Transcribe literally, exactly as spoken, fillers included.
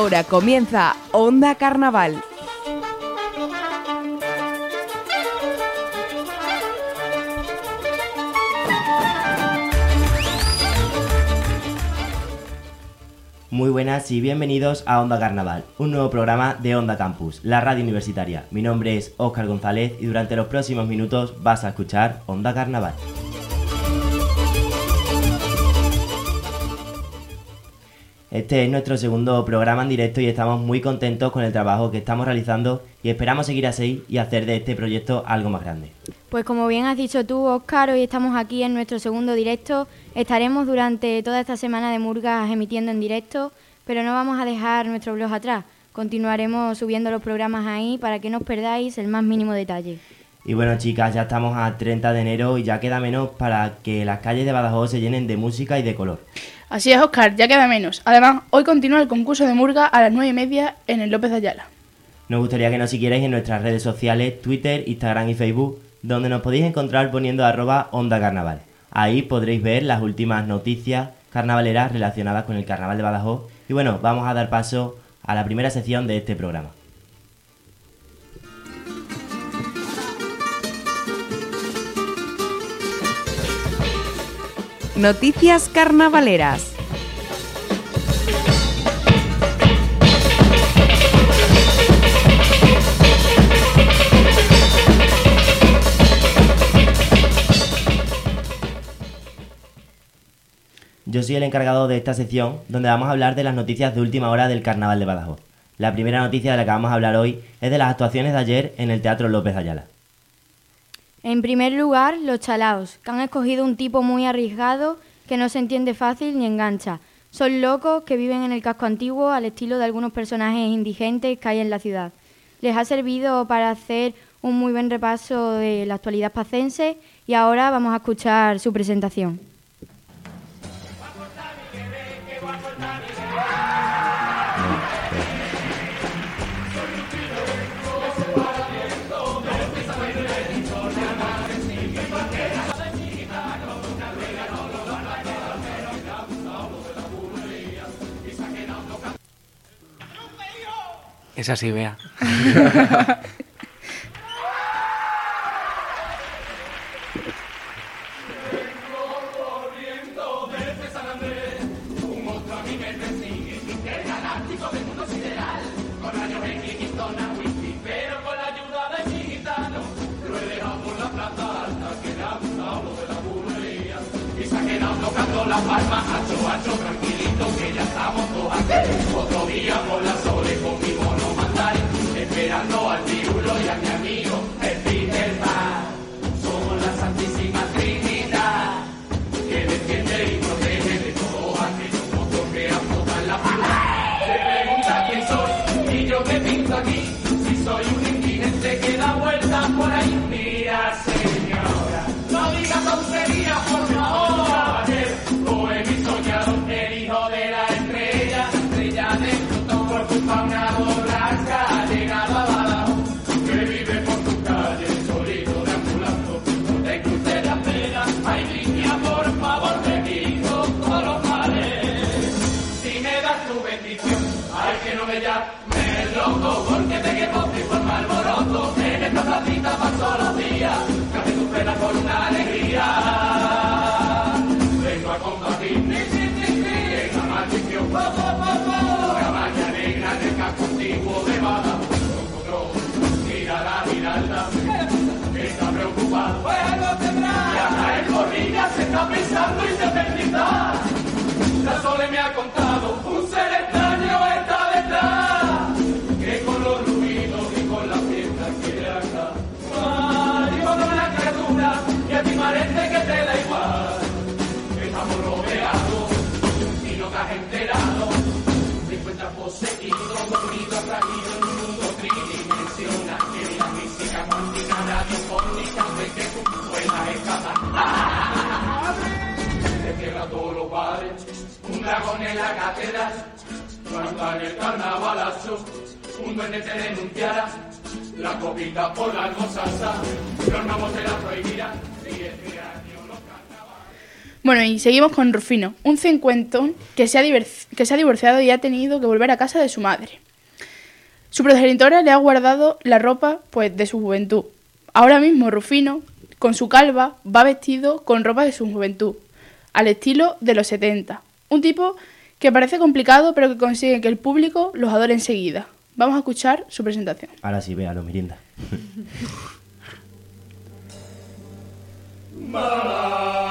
Ahora comienza Onda Carnaval. Muy buenas y bienvenidos a Onda Carnaval, un nuevo programa de Onda Campus, la radio universitaria. Mi nombre es Óscar González y durante los próximos minutos vas a escuchar Onda Carnaval. Este es nuestro segundo programa en directo y estamos muy contentos con el trabajo que estamos realizando y esperamos seguir así y hacer de este proyecto algo más grande. Pues como bien has dicho tú, Óscar, hoy estamos aquí en nuestro segundo directo. Estaremos durante toda esta semana de murgas emitiendo en directo, pero no vamos a dejar nuestro blog atrás. Continuaremos subiendo los programas ahí para que no os perdáis el más mínimo detalle. Y bueno, chicas, ya estamos a treinta de enero y ya queda menos para que las calles de Badajoz se llenen de música y de color. Así es, Óscar, ya queda menos. Además, hoy continúa el concurso de murga a las nueve y media en el López de Ayala. Nos gustaría que nos siguierais en nuestras redes sociales, Twitter, Instagram y Facebook, donde nos podéis encontrar poniendo arroba Onda Carnaval. Ahí podréis ver las últimas noticias carnavaleras relacionadas con el Carnaval de Badajoz. Y bueno, vamos a dar paso a la primera sección de este programa. Noticias carnavaleras. Yo soy el encargado de esta sección, donde vamos a hablar de las noticias de última hora del Carnaval de Badajoz. La primera noticia de la que vamos a hablar hoy es de las actuaciones de ayer en el Teatro López de Ayala. En primer lugar, los chalaos, que han escogido un tipo muy arriesgado que no se entiende fácil ni engancha. Son locos que viven en el casco antiguo al estilo de algunos personajes indigentes que hay en la ciudad. Les ha servido para hacer un muy buen repaso de la actualidad pacense y ahora vamos a escuchar su presentación. Es así, vea. La palma, hacho, hacho, tranquilito, que ya estamos todos aquí. Otro día por la sole con mi mono mandarín, esperando al pirulo y a mi amigo, el Peter Pan. Somos la Santísima Trinidad, que defiende y protege de todos aquellos monstruos que azotan la ciudad. Se pregunta quién soy, y yo que pinto aquí, si soy un indigente que da vueltas por ahí. Mira, señora, no diga tonterías, por favor. Una borracha llegado a Badajoz, que vive por tu calle, solito deambulando. No te cruces la pena, ay niña, por favor, te quito todos los males. Si me das tu bendición, ay que no me llames loco, porque te quemo y forma alboroto. En esta placita paso los días, casi tu pena con una alegría. Vengo a combatir, en la maldición, cabaña negra del casco antiguo de Badajoz. Mira la Giralda, que está preocupado, pues algo tendrá. Y hasta el gorrilla se está pensando y se perdita. La Sole me ha contado, un ser extraño está detrás, que con los ruidos y con la fiesta quiere acá. Ay, con una criatura, y a ti parece que te da igual. Estamos rodeados y no te has enterado. Te encuentras poseído, dormido, atraído en un mundo tridimensional. Que la física cuántica radiofónica de que tú puedas escapar. Te cierra todos los bares, un dragón en la catedral. Cantan el carnavalazo, un duende te denunciará. La copita por la algo salsa, los gnomos te la prohibirán. Y es Bueno, y seguimos con Rufino, un cincuentón que se, ha diver- que se ha divorciado y ha tenido que volver a casa de su madre. Su progenitora le ha guardado la ropa, pues, de su juventud. Ahora mismo Rufino, con su calva, va vestido con ropa de su juventud, al estilo de los setenta. Un tipo que parece complicado, pero que consigue que el público los adore enseguida. Vamos a escuchar su presentación. Ahora sí, véalo, Mirinda. Mamá.